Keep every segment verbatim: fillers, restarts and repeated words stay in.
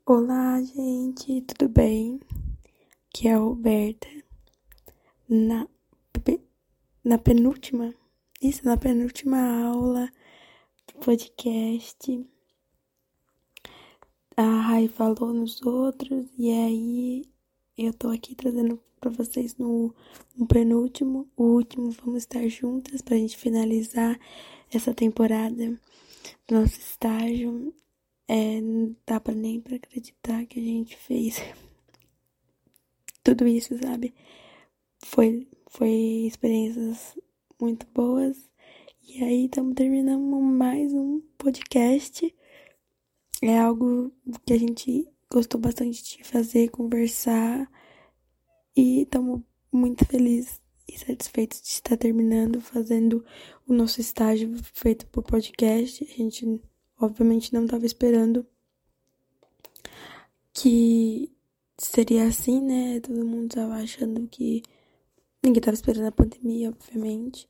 Olá, gente, tudo bem? Aqui é a Roberta. Na, pe- na penúltima, isso, na penúltima aula do podcast, a Rai falou nos outros, e aí eu tô aqui trazendo pra vocês no, no penúltimo, o último, vamos estar juntas pra gente finalizar essa temporada do nosso estágio. É, não dá pra nem pra acreditar que a gente fez tudo isso, sabe? Foi, foi experiências muito boas. E aí, estamos terminando mais um podcast. É algo que a gente gostou bastante de fazer, conversar. E estamos muito felizes e satisfeitos de estar terminando, fazendo o nosso estágio feito por podcast. A gente, obviamente, não estava esperando que seria assim, né? Todo mundo estava achando que ninguém estava esperando a pandemia, obviamente.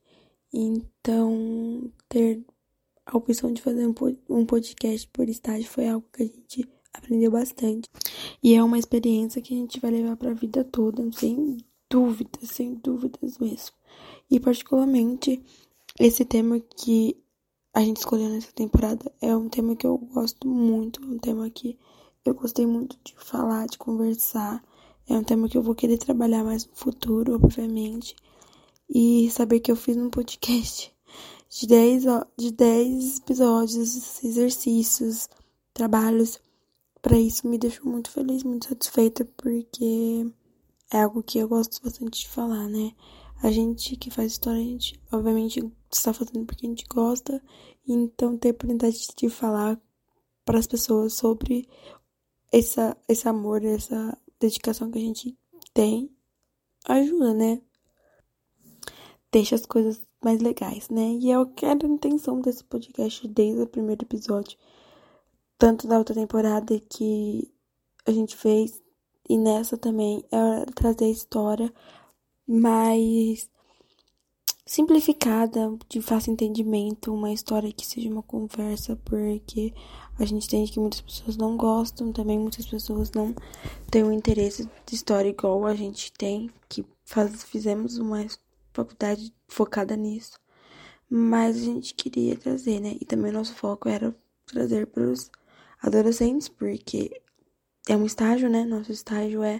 Então, ter a opção de fazer um podcast por estágio foi algo que a gente aprendeu bastante. E é uma experiência que a gente vai levar para a vida toda, sem dúvidas, sem dúvidas mesmo. E, particularmente, esse tema que a gente escolheu nessa temporada é um tema que eu gosto muito, é um tema que eu gostei muito de falar, de conversar. É um tema que eu vou querer trabalhar mais no futuro, obviamente. E saber que eu fiz um podcast de dez, de dez episódios, exercícios, trabalhos. Para isso me deixou muito feliz, muito satisfeita, porque é algo que eu gosto bastante de falar, né? A gente que faz história, a gente obviamente está fazendo porque a gente gosta. Então ter a oportunidade de falar para as pessoas sobre essa, esse amor, essa dedicação que a gente tem, ajuda, né? Deixa as coisas mais legais, né? E é o que era a intenção desse podcast desde o primeiro episódio. Tanto da outra temporada que a gente fez, e nessa também, é trazer a história mais simplificada, de fácil entendimento, uma história que seja uma conversa, porque a gente entende que muitas pessoas não gostam, também muitas pessoas não têm um interesse de história igual a gente tem, que faz, fizemos uma faculdade focada nisso, mas a gente queria trazer, né? E também o nosso foco era trazer para os adolescentes, porque é um estágio, né? Nosso estágio é,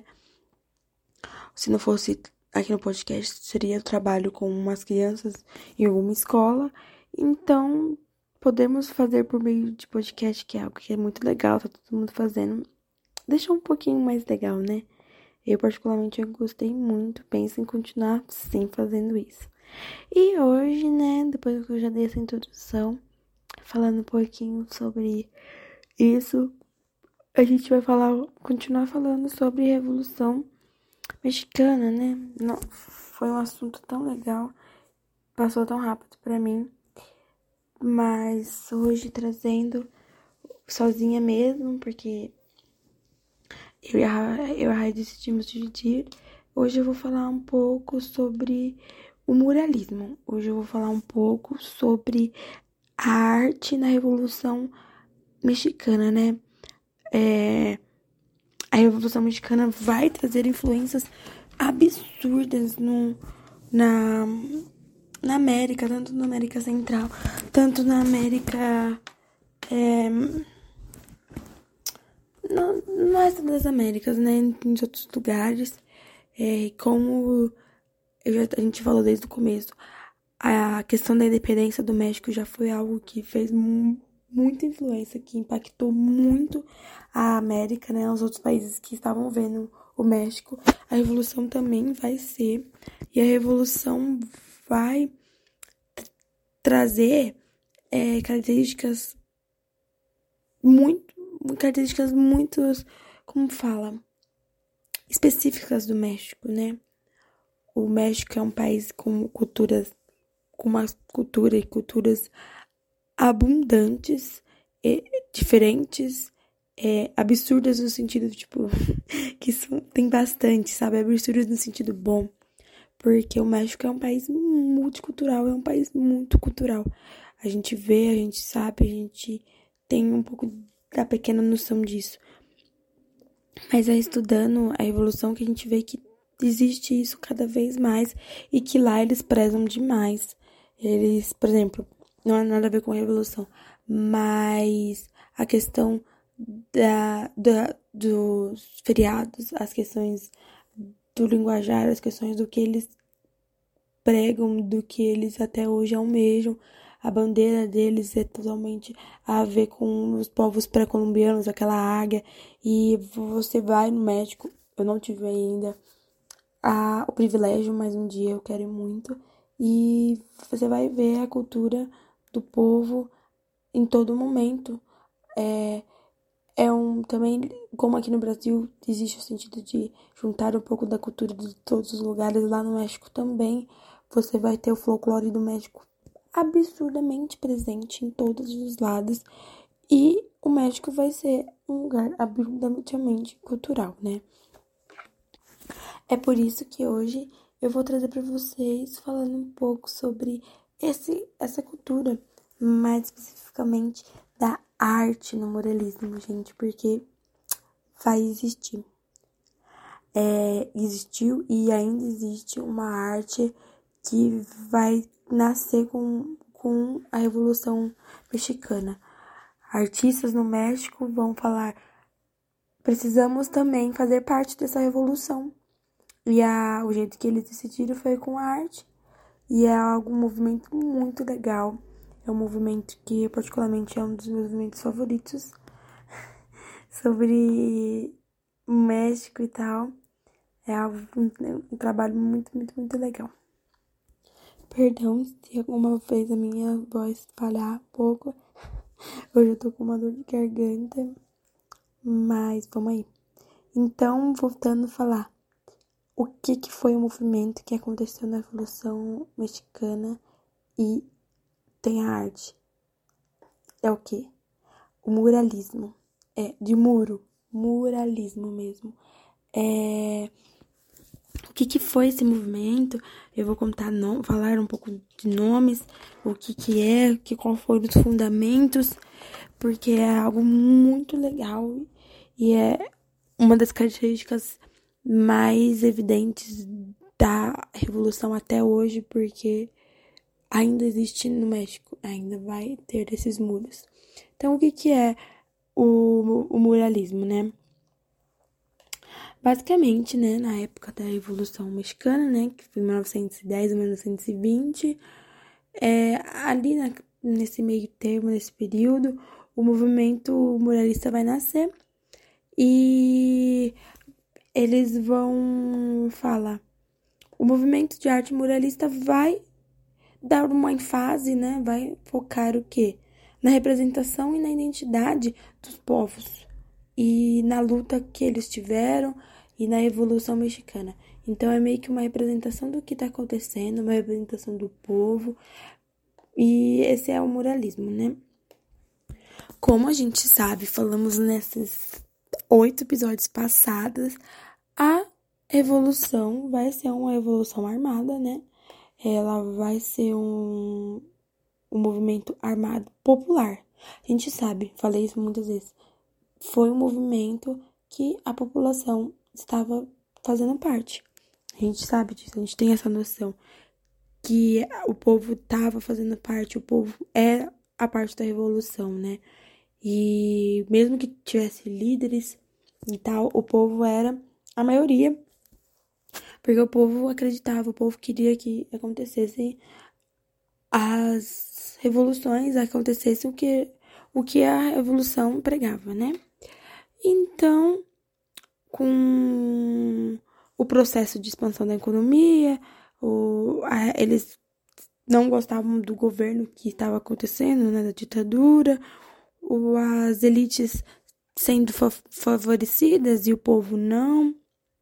se não fosse aqui no podcast, seria o trabalho com umas crianças em alguma escola. Então, podemos fazer por meio de podcast, que é algo que é muito legal, tá todo mundo fazendo. Deixa um pouquinho mais legal, né? Eu, particularmente, eu gostei muito. Penso em continuar, sim, fazendo isso. E hoje, né, depois que eu já dei essa introdução, falando um pouquinho sobre isso, a gente vai falar, continuar falando sobre Revolução Mexicana, né? Não, foi um assunto tão legal, passou tão rápido pra mim, mas hoje trazendo sozinha mesmo, porque eu e a, eu e a Rai decidimos dividir. Hoje eu vou falar um pouco sobre o muralismo. Hoje eu vou falar um pouco sobre a arte na Revolução Mexicana, né? É, a Revolução Mexicana vai trazer influências absurdas no, na, na América, tanto na América Central, tanto na América. É, no, no resto das Américas, né? Em outros lugares. É, como eu já, a gente falou desde o começo, a questão da independência do México já foi algo que fez mu- muita influência, que impactou muito a América, né? Os outros países que estavam vendo o México. A revolução também vai ser, e a revolução vai t- trazer é, características muito, características muito, como fala, específicas do México, né? O México é um país com culturas, com uma cultura e culturas abundantes, e diferentes, é, absurdas no sentido, tipo, que são, tem bastante, sabe? Absurdas no sentido bom. Porque o México é um país multicultural, é um país muito cultural. A gente vê, a gente sabe, a gente tem um pouco da pequena noção disso. Mas é estudando a evolução que a gente vê que existe isso cada vez mais e que lá eles prezam demais. Eles, por exemplo, não há nada a ver com a revolução, mas a questão da, da, dos feriados, as questões do linguajar, as questões do que eles pregam, do que eles até hoje almejam. A bandeira deles é totalmente a ver com os povos pré-colombianos, aquela águia. E você vai no México, eu não tive ainda a, o privilégio, mas um dia eu quero ir muito. E você vai ver a cultura do povo em todo momento. É, é um também, como aqui no Brasil existe o sentido de juntar um pouco da cultura de todos os lugares, lá no México também você vai ter o folclore do México absurdamente presente em todos os lados e o México vai ser um lugar absurdamente cultural, né? É por isso que hoje eu vou trazer para vocês falando um pouco sobre esse, essa cultura, mais especificamente da arte no muralismo, gente, porque vai existir. É, existiu e ainda existe uma arte que vai nascer com, com a Revolução Mexicana. Artistas no México vão falar: precisamos também fazer parte dessa revolução. E a, o jeito que eles decidiram foi com a arte. E é algo, um movimento muito legal. É um movimento que, particularmente, é um dos meus movimentos favoritos. Sobre o México e tal. É algo, um, um trabalho muito, muito, muito legal. Perdão se alguma vez a minha voz falhar um pouco. Hoje eu tô com uma dor de garganta. Mas vamos aí. Então, voltando a falar. O que, que foi o movimento que aconteceu na Revolução Mexicana e tem a arte? É o quê? O muralismo. É, de muro. Muralismo mesmo. É... O que, que foi esse movimento? Eu vou contar, no... falar um pouco de nomes, o que, que é, que, qual foram os fundamentos, porque é algo muito legal e é uma das características mais evidentes da Revolução até hoje, porque ainda existe no México, ainda vai ter esses muros. Então, o que, que é o, o muralismo, né? Basicamente, né, na época da Revolução Mexicana, né, que foi em mil novecentos e dez a mil novecentos e vinte, é, ali na, nesse meio termo, nesse período, o movimento muralista vai nascer e eles vão falar. O movimento de arte muralista vai dar uma ênfase, né, vai focar o quê? Na representação e na identidade dos povos e na luta que eles tiveram e na Revolução Mexicana. Então é meio que uma representação do que está acontecendo, uma representação do povo, e esse é o muralismo, né? Como a gente sabe, falamos nesses oito episódios passados, a revolução vai ser uma revolução armada, né? Ela vai ser um, um movimento armado popular. A gente sabe, falei isso muitas vezes, foi um movimento que a população estava fazendo parte. A gente sabe disso, a gente tem essa noção que o povo estava fazendo parte, o povo é a parte da revolução, né? E mesmo que tivesse líderes e tal, o povo era a maioria, porque o povo acreditava, o povo queria que acontecessem as revoluções, acontecesse o que, o que a revolução pregava, né? Então, com o processo de expansão da economia, o, a, eles não gostavam do governo que estava acontecendo, né, da ditadura, o, as elites sendo fa favorecidas e o povo não.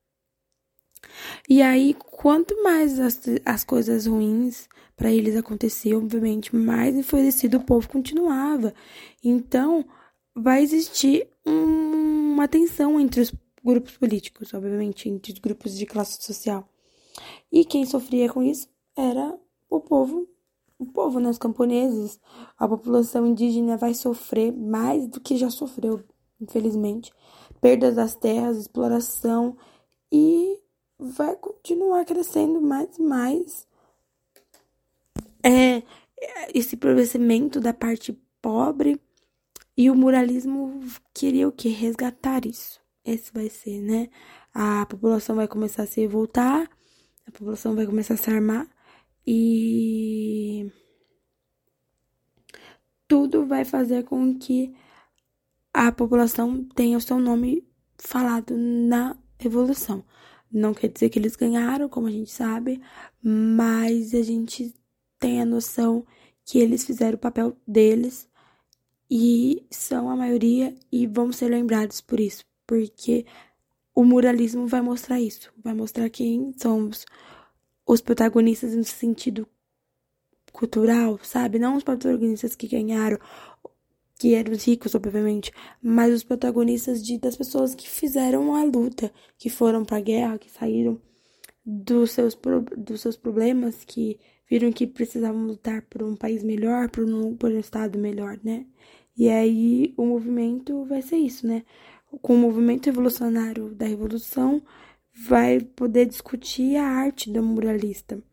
E aí, quanto mais as, as coisas ruins para eles aconteciam, obviamente, mais enfurecido o povo continuava. Então, vai existir um, uma tensão entre os grupos políticos, obviamente, entre os grupos de classe social. E quem sofria com isso era o povo, o povo, né, os camponeses. A população indígena vai sofrer mais do que já sofreu, infelizmente, perdas das terras, exploração, e vai continuar crescendo mais e mais. É, esse empobrecimento da parte pobre, e o muralismo queria o quê? Resgatar isso. Esse vai ser, né? A população vai começar a se revoltar, a população vai começar a se armar e tudo vai fazer com que a população tenha o seu nome falado na revolução. Não quer dizer que eles ganharam, como a gente sabe, mas a gente tem a noção que eles fizeram o papel deles e são a maioria e vão ser lembrados por isso, porque o muralismo vai mostrar isso, vai mostrar quem somos os protagonistas no sentido cultural, sabe? Não os protagonistas que ganharam, que eram os ricos, obviamente, mas os protagonistas de, das pessoas que fizeram a luta, que foram pra guerra, que saíram dos seus, dos seus problemas, que viram que precisavam lutar por um país melhor, por um, por um estado melhor, né? E aí o movimento vai ser isso, né? Com o movimento revolucionário da Revolução, vai poder discutir a arte do muralista.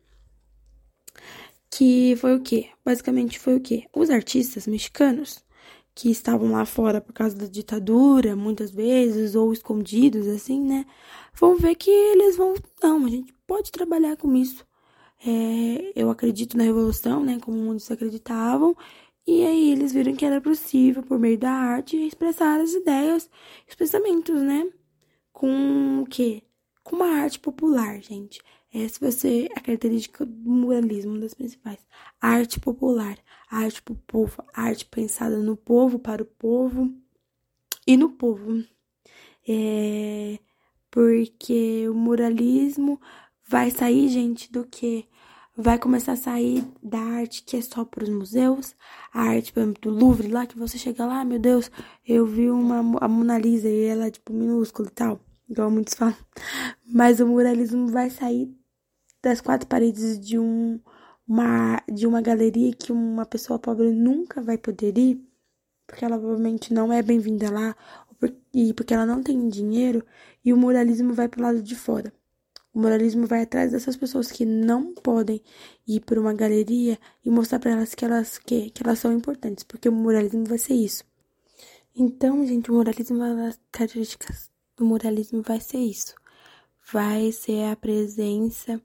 Que foi o quê? Basicamente foi o quê? Os artistas mexicanos, que estavam lá fora por causa da ditadura, muitas vezes, ou escondidos, assim, né? Vão ver que eles vão... Não, a gente pode trabalhar com isso. É, eu acredito na revolução, né? Como muitos acreditavam. E aí eles viram que era possível, por meio da arte, expressar as ideias, os pensamentos, né? Com o quê? Com uma arte popular, gente. Essa vai ser a característica do muralismo, uma das principais. A arte popular, a arte pro povo, a arte pensada no povo, para o povo e no povo. É... Porque o muralismo vai sair, gente, do quê? Vai começar a sair da arte que é só para os museus, a arte, por exemplo, do Louvre, lá que você chega lá, meu Deus, eu vi uma a Mona Lisa e ela é, tipo, minúscula e tal, igual muitos falam. Mas o muralismo vai sair das quatro paredes de, um, uma, de uma galeria que uma pessoa pobre nunca vai poder ir, porque ela provavelmente não é bem-vinda lá, e porque ela não tem dinheiro, e o muralismo vai pro lado de fora. O muralismo vai atrás dessas pessoas que não podem ir para uma galeria e mostrar para elas que elas, que, que elas são importantes, porque o muralismo vai ser isso. Então, gente, o muralismo, as características do muralismo vai ser isso. Vai ser a presença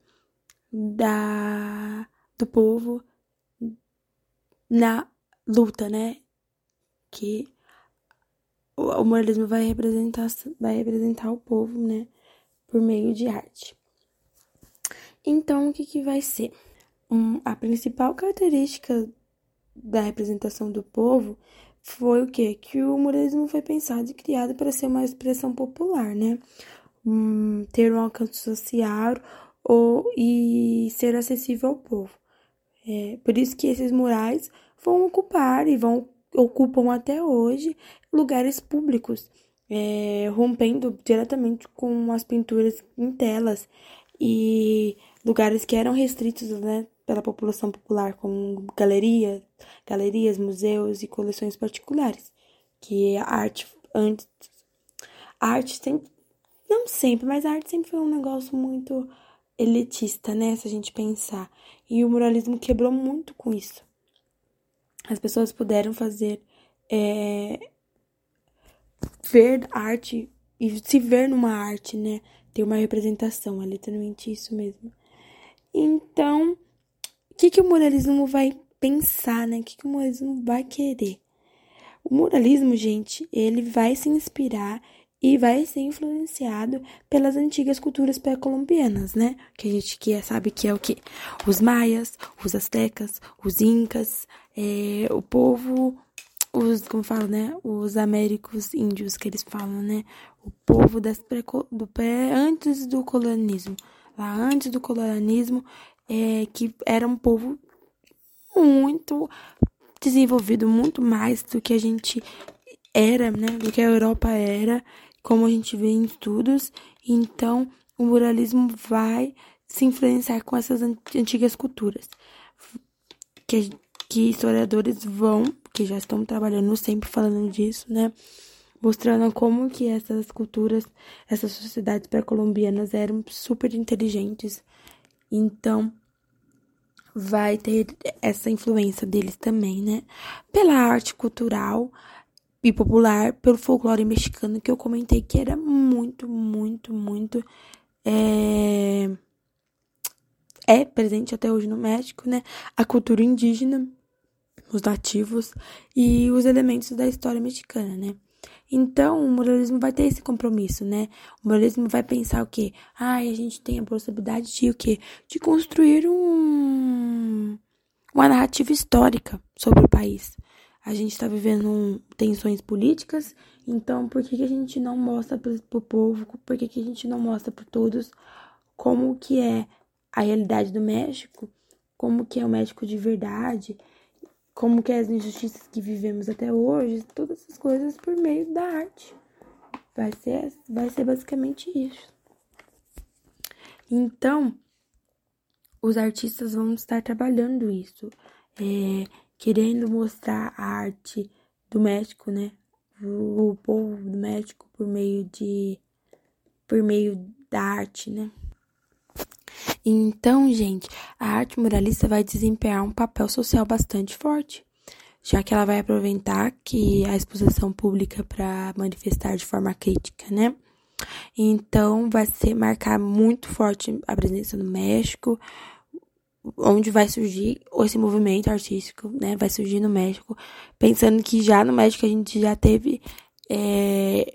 da, do povo na luta, né? Que o, o muralismo vai representar, vai representar o povo, né? Por meio de arte. Então, o que, que vai ser? Um, a principal característica da representação do povo foi o quê? Que o muralismo foi pensado e criado para ser uma expressão popular, né? Um, ter um alcance social ou, e ser acessível ao povo. É, por isso que esses murais vão ocupar e vão ocupam até hoje lugares públicos, é, rompendo diretamente com as pinturas em telas e lugares que eram restritos, né, pela população popular, como galerias, galerias, museus e coleções particulares, que a arte antes, a arte sempre, não sempre, mas a arte sempre foi um negócio muito elitista, né, se a gente pensar, e o muralismo quebrou muito com isso. As pessoas puderam fazer, é, ver arte e se ver numa arte, né? Ter uma representação, é literalmente isso mesmo. Então, o que, que o muralismo vai pensar, né? O que, que o muralismo vai querer? O muralismo, gente, ele vai se inspirar e vai ser influenciado pelas antigas culturas pré-colombianas, né? Que a gente que sabe que é o quê? Os maias, os astecas, os incas, é, o povo, os, como fala, né? Os américos índios que eles falam, né? O povo das pré, do pré, antes do colonialismo, lá antes do colonialismo, é, que era um povo muito desenvolvido, muito mais do que a gente era, né? Do que a Europa era, como a gente vê em estudos. Então, o muralismo vai se influenciar com essas antigas culturas. Que, que historiadores vão, que já estão trabalhando sempre falando disso, né? mostrando como que essas culturas, essas sociedades pré-colombianas eram super inteligentes. Então, vai ter essa influência deles também, né? Pela arte cultural e popular, pelo folclore mexicano, que eu comentei que era muito, muito, muito... É, é presente até hoje no México, né? A cultura indígena, os nativos e os elementos da história mexicana, né? Então, o muralismo vai ter esse compromisso, né? O muralismo vai pensar o quê? Ah, a gente tem a possibilidade de o quê? De construir um, uma narrativa histórica sobre o país. A gente está vivendo um, tensões políticas, então por que, que a gente não mostra para o povo, por que, que a gente não mostra para todos como que é a realidade do México, como que é o México de verdade, como que é as injustiças que vivemos até hoje, todas essas coisas por meio da arte. Vai ser, vai ser basicamente isso. Então, os artistas vão estar trabalhando isso, é, querendo mostrar a arte do México, né? O, o povo do México por meio de, por meio da arte, né? Então, gente, a arte muralista vai desempenhar um papel social bastante forte, já que ela vai aproveitar que a exposição pública para manifestar de forma crítica, né? Então, vai ser marcar muito forte a presença no México, onde vai surgir esse movimento artístico, né? Vai surgir no México, pensando que já no México a gente já teve é,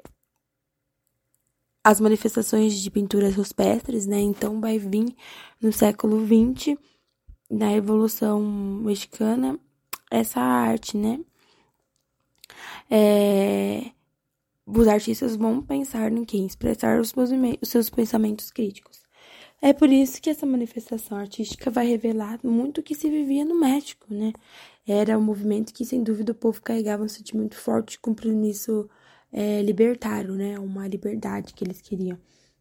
as manifestações de pinturas rupestres, né? Então, vai vir no século vinte, na Revolução Mexicana, essa arte, né? É, os artistas vão pensar em quem expressar os, os seus pensamentos críticos. É por isso que essa manifestação artística vai revelar muito o que se vivia no México, né? Era um movimento que, sem dúvida, o povo carregava um sentimento forte de compromisso é, libertário, né? Uma liberdade que eles queriam.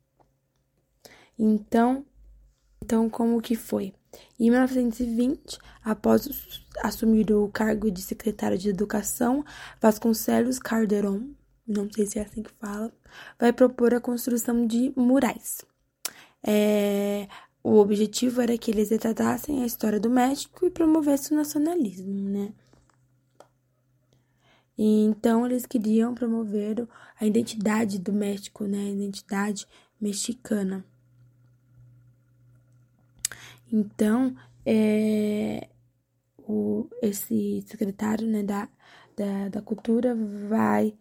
Então, então como que foi? Em mil novecentos e vinte, após assumir o cargo de secretário de Educação, Vasconcelos Calderón, não sei se é assim que fala, vai propor a construção de murais. É, o objetivo era que eles retratassem a história do México e promovessem o nacionalismo, né? E, então, eles queriam promover a identidade do México, né? A identidade mexicana. Então, é, o, esse secretário, né, da, da, da cultura vai...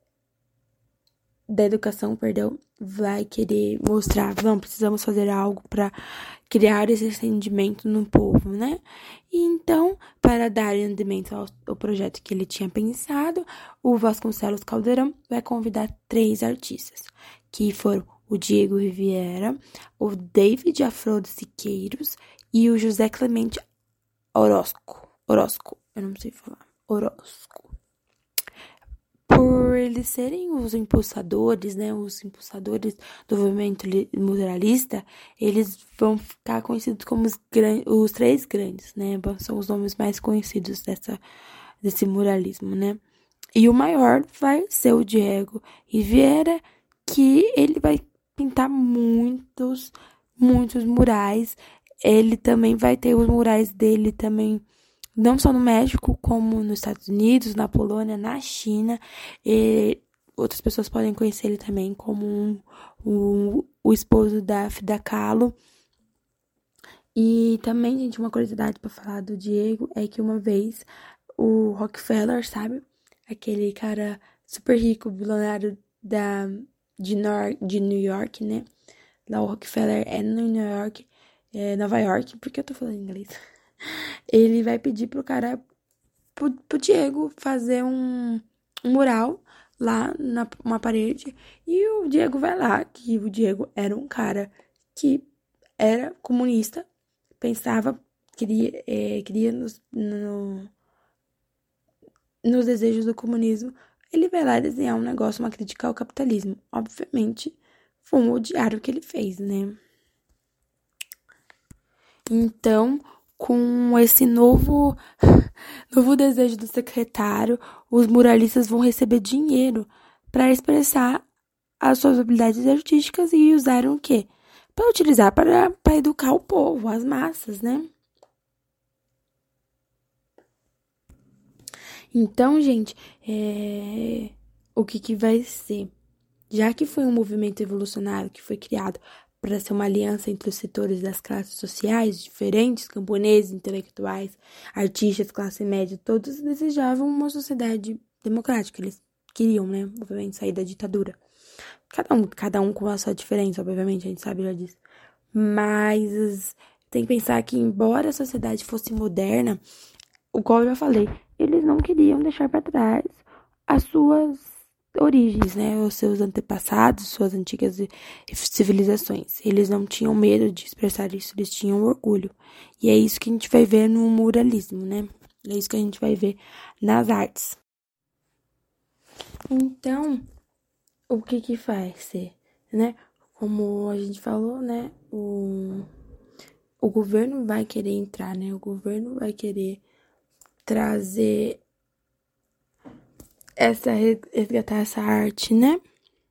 da educação, perdão, vai querer mostrar, vamos, precisamos fazer algo para criar esse entendimento no povo, né? E então, para dar andamento ao, ao projeto que ele tinha pensado, o Vasconcelos Calderón vai convidar três artistas, que foram o Diego Rivera, o David Afro Siqueiros e o José Clemente Orozco. Orozco, eu não sei falar. Orozco. Por eles serem os impulsadores, né, os impulsadores do movimento muralista, eles vão ficar conhecidos como os, gran- os três grandes, né, são os nomes mais conhecidos dessa, desse muralismo, né. E o maior vai ser o Diego Rivera, que ele vai pintar muitos, muitos murais. Ele também vai ter os murais dele também, não só no México, como nos Estados Unidos, na Polônia, na China. E outras pessoas podem conhecer ele também como um, um, o esposo da Frida Kahlo. E também, gente, uma curiosidade para falar do Diego é que uma vez o Rockefeller, sabe? Aquele cara super rico, bilionário da, de, Nor- de New York, né? Lá o Rockefeller é no New York, é Nova York, porque eu tô falando inglês. Ele vai pedir pro cara, pro, pro Diego, fazer um, um mural lá na uma parede. E o Diego vai lá, que o Diego era um cara que era comunista, pensava, queria, é, queria nos, no, nos desejos do comunismo. Ele vai lá desenhar um negócio, uma crítica ao capitalismo. Obviamente, foi um odiar o que ele fez, né? Então, com esse novo, novo desejo do secretário, os muralistas vão receber dinheiro para expressar as suas habilidades artísticas e usaram o quê? Para utilizar para, para educar o povo, as massas, né? Então, gente, é... o que, que vai ser? Já que foi um movimento evolucionário que foi criado para ser uma aliança entre os setores das classes sociais diferentes, camponeses, intelectuais, artistas, classe média, todos desejavam uma sociedade democrática. Eles queriam, né, obviamente, sair da ditadura. Cada um, cada um com a sua diferença, obviamente, a gente sabe já disso. Mas tem que pensar que, embora a sociedade fosse moderna, o qual eu já falei, eles não queriam deixar para trás as suas origens, né? Os seus antepassados, suas antigas civilizações. Eles não tinham medo de expressar isso, eles tinham orgulho. E é isso que a gente vai ver no muralismo, né? É isso que a gente vai ver nas artes. Então, o que que vai ser, né? Como a gente falou, né? O, o governo vai querer entrar, né? O governo vai querer trazer essa, resgatar essa arte, né?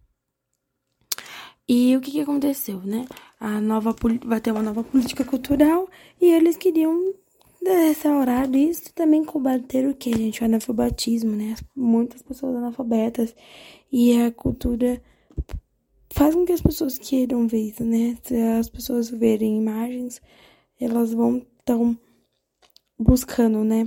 E o que que aconteceu, né? A nova, vai ter uma nova política cultural e eles queriam restaurar isso e também combater o que, gente? O analfabetismo, né? Muitas pessoas analfabetas e a cultura faz com que as pessoas queiram ver isso, né? Se as pessoas verem imagens, elas vão tão buscando, né?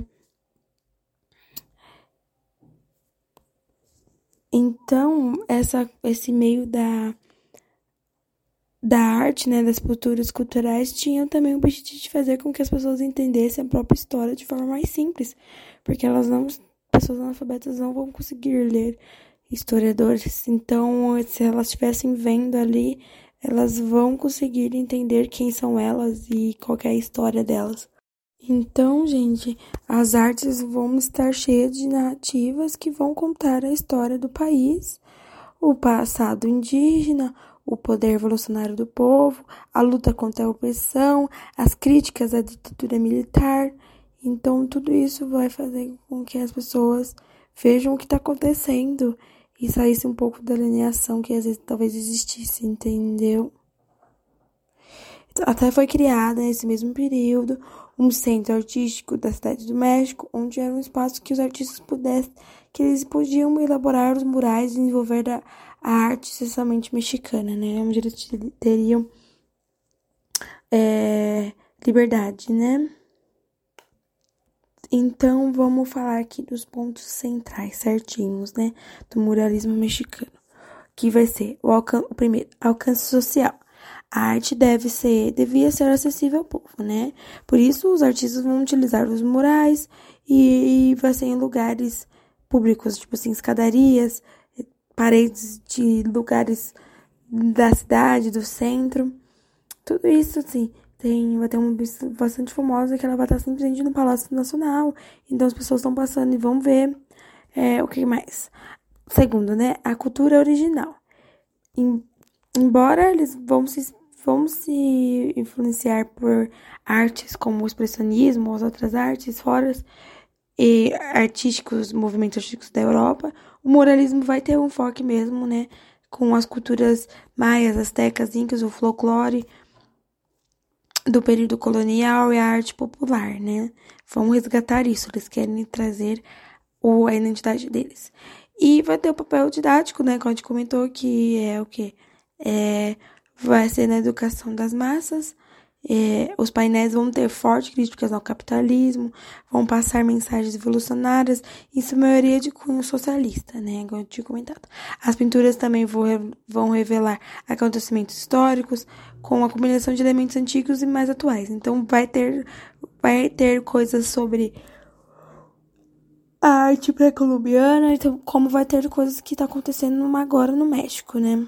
Então, essa, esse meio da, da arte, né, das culturas culturais, tinham também o objetivo de fazer com que as pessoas entendessem a própria história de forma mais simples, porque elas não, pessoas analfabetas não vão conseguir ler historiadores. Então, se elas estivessem vendo ali, elas vão conseguir entender quem são elas e qual é a história delas. Então, gente, as artes vão estar cheias de narrativas que vão contar a história do país, o passado indígena, o poder revolucionário do povo, a luta contra a opressão, as críticas à ditadura militar. Então, tudo isso vai fazer com que as pessoas vejam o que está acontecendo e saísse um pouco da alienação que às vezes talvez existisse, entendeu? Até foi criada nesse mesmo período um centro artístico da cidade do México, onde era um espaço que os artistas pudessem, que eles podiam elaborar os murais e desenvolver a, a arte essencialmente mexicana, né? Onde eles teriam é, liberdade, né? Então, vamos falar aqui dos pontos centrais certinhos, né? Do muralismo mexicano, que vai ser o, alcan- o primeiro, alcance social. A arte deve ser, devia ser acessível ao povo, né? Por isso, os artistas vão utilizar os murais e, e vai ser em lugares públicos, tipo assim, escadarias, paredes de lugares da cidade, do centro. Tudo isso, assim, tem, vai ter uma vista bastante famosa que ela vai estar simplesmente no Palácio Nacional. Então, as pessoas estão passando e vão ver é, o que mais. Segundo, né? A cultura original. Em, embora eles vão se vão se influenciar por artes como o expressionismo ou as outras artes fora e artísticos, movimentos artísticos da Europa, o muralismo vai ter um foco mesmo, né, com as culturas maias, astecas, incas, o folclore do período colonial e a arte popular, né? Vão resgatar isso, eles querem trazer o, a identidade deles. E vai ter o papel didático, né, que a gente comentou, que é o quê? É... vai ser na educação das massas, é, os painéis vão ter fortes críticas ao capitalismo, vão passar mensagens revolucionárias, em sua maioria de cunho socialista, né, como eu tinha comentado. As pinturas também vão, vão revelar acontecimentos históricos, com a combinação de elementos antigos e mais atuais. Então, vai ter, vai ter coisas sobre a arte pré-colombiana, então, como vai ter coisas que tá acontecendo agora no México, né.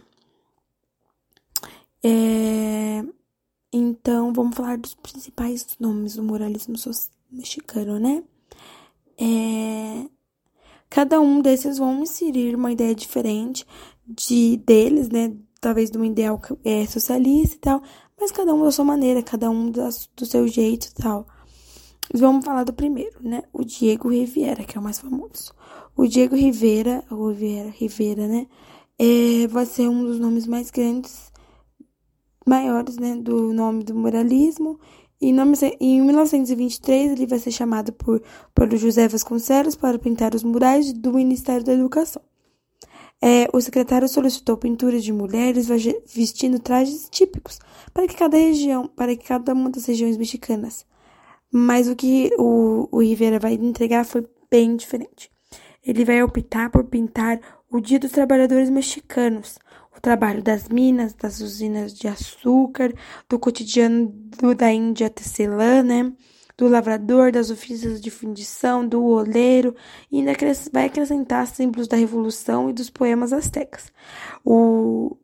É, então, vamos falar dos principais nomes do muralismo mexicano, né? É, cada um desses vão inserir uma ideia diferente de deles, né? Talvez de um ideal é, socialista e tal, mas cada um da sua maneira, cada um da, do seu jeito e tal. Vamos falar do primeiro, né? O Diego Rivera, que é o mais famoso. O Diego Rivera, ou Rivera, Rivera, né? É, vai ser um dos nomes mais grandes, maiores, né? Do nome do muralismo. E em mil novecentos e vinte e três, ele vai ser chamado por, por José Vasconcelos para pintar os murais do Ministério da Educação. É, o secretário solicitou pinturas de mulheres vestindo trajes típicos para que cada região, para que cada uma das regiões mexicanas. Mas o que o, o Rivera vai entregar foi bem diferente. Ele vai optar por pintar o Dia dos Trabalhadores Mexicanos, o trabalho das minas, das usinas de açúcar, do cotidiano do, da Índia tecelã, né? Do lavrador, das oficinas de fundição, do oleiro, e ainda vai acrescentar símbolos da Revolução e dos poemas astecas. O...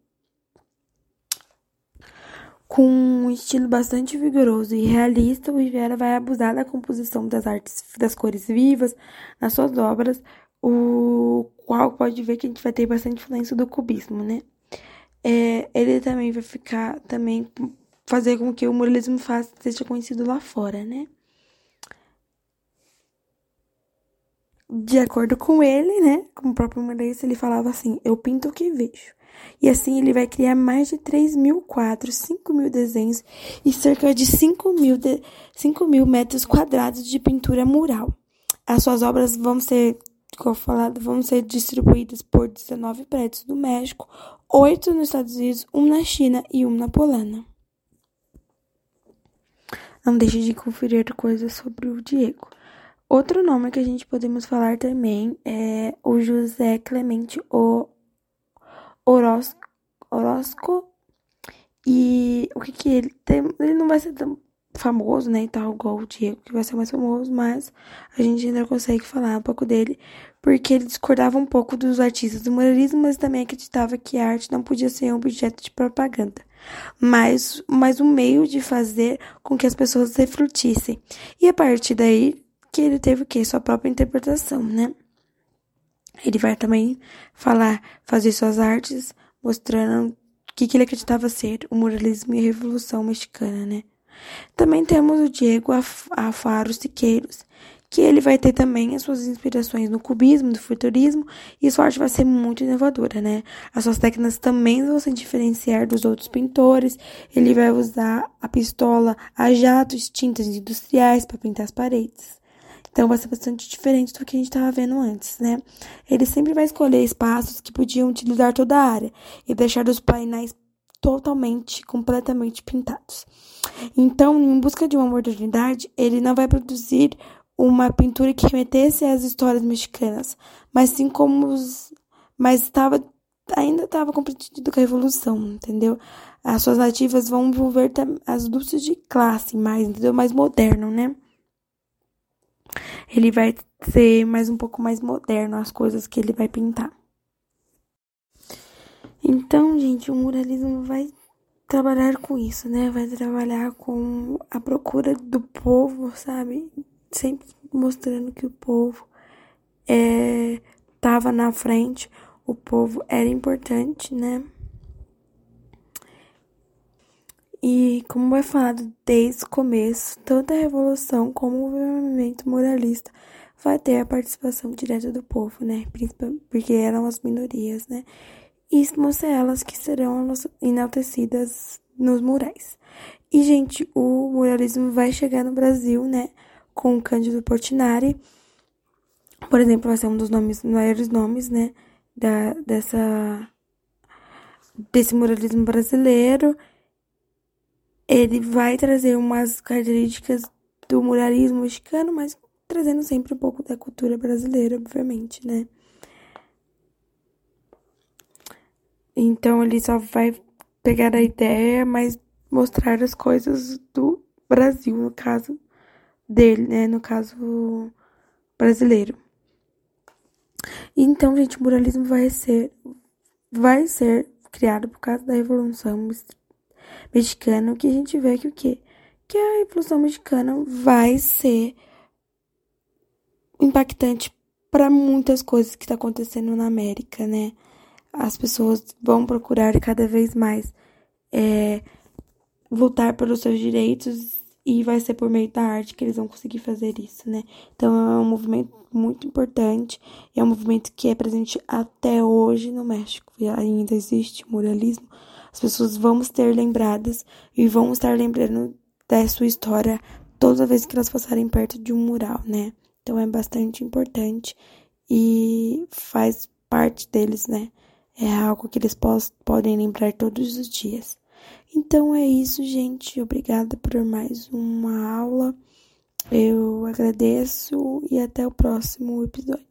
Com um estilo bastante vigoroso e realista, o Rivera vai abusar da composição das artes, das cores vivas nas suas obras, o qual pode ver que a gente vai ter bastante influência do cubismo, né? É, ele também vai ficar, também fazer com que o muralismo faça, seja conhecido lá fora, né? De acordo com ele, né, como o próprio muralista, ele falava assim, eu pinto o que vejo. E assim ele vai criar mais de três mil quadros, cinco mil desenhos e cerca de cinco mil, de, cinco mil metros quadrados de pintura mural. As suas obras vão ser, como falado, vão ser distribuídas por dezenove prédios do México, oito nos Estados Unidos, um na China e um na Polônia. Não deixe de conferir coisas sobre o Diego. Outro nome que a gente podemos falar também é o José Clemente Orozco. Orozco. E o que que ele tem? Ele não vai ser tão famoso, né, e tal, igual o Diego, que vai ser mais famoso, mas a gente ainda consegue falar um pouco dele, porque ele discordava um pouco dos artistas do muralismo, mas também acreditava que a arte não podia ser um objeto de propaganda, mas, mas um meio de fazer com que as pessoas refletissem. E a partir daí, que ele teve o quê? Sua própria interpretação, né? Ele vai também falar, fazer suas artes, mostrando o que, que ele acreditava ser o muralismo e a Revolução Mexicana, né? Também temos o Diego Alfaro Siqueiros, que ele vai ter também as suas inspirações no cubismo, no futurismo, e sua arte vai ser muito inovadora, né? As suas técnicas também vão se diferenciar dos outros pintores. Ele vai usar a pistola a jato, tintas industriais para pintar as paredes. Então, vai ser bastante diferente do que a gente estava vendo antes, né? Ele sempre vai escolher espaços que podiam utilizar toda a área e deixar os painéis totalmente, completamente pintados. Então, em busca de uma modernidade, ele não vai produzir uma pintura que remetesse às histórias mexicanas, mas sim como os... Mas estava, ainda estava compreendido com a Revolução, entendeu? As suas nativas vão envolver as lutas de classe, mais, entendeu? Mais moderno, né? Ele vai ser mais um pouco mais moderno as coisas que ele vai pintar. Então, gente, o muralismo vai trabalhar com isso, né? Vai trabalhar com a procura do povo, sabe? Sempre mostrando que o povo é, tava na frente, o povo era importante, né? E como é falado desde o começo, tanto a Revolução como o movimento muralista vai ter a participação direta do povo, né? Porque eram as minorias, né? E mostra elas que serão enaltecidas nos murais. E, gente, o muralismo vai chegar no Brasil, né? Com o Cândido Portinari. Por exemplo, vai ser um dos nomes, maiores nomes, né? Da, dessa, desse muralismo brasileiro. Ele vai trazer umas características do muralismo mexicano, mas trazendo sempre um pouco da cultura brasileira, obviamente, né? Então, ele só vai pegar a ideia, mas mostrar as coisas do Brasil, no caso dele, né? No caso brasileiro. Então, gente, o muralismo vai ser, vai ser criado por causa da Revolução Mexicana, que a gente vê que o quê? Que a Revolução Mexicana vai ser impactante para muitas coisas que tá acontecendo na América, né? As pessoas vão procurar cada vez mais é, lutar pelos seus direitos e vai ser por meio da arte que eles vão conseguir fazer isso, né? Então é um movimento muito importante, e é um movimento que é presente até hoje no México, e ainda existe muralismo. As pessoas vão ter lembradas e vão estar lembrando da sua história toda vez que elas passarem perto de um mural, né? Então é bastante importante e faz parte deles, né? É algo que eles podem lembrar todos os dias. Então é isso, gente. Obrigada por mais uma aula. Eu agradeço e até o próximo episódio.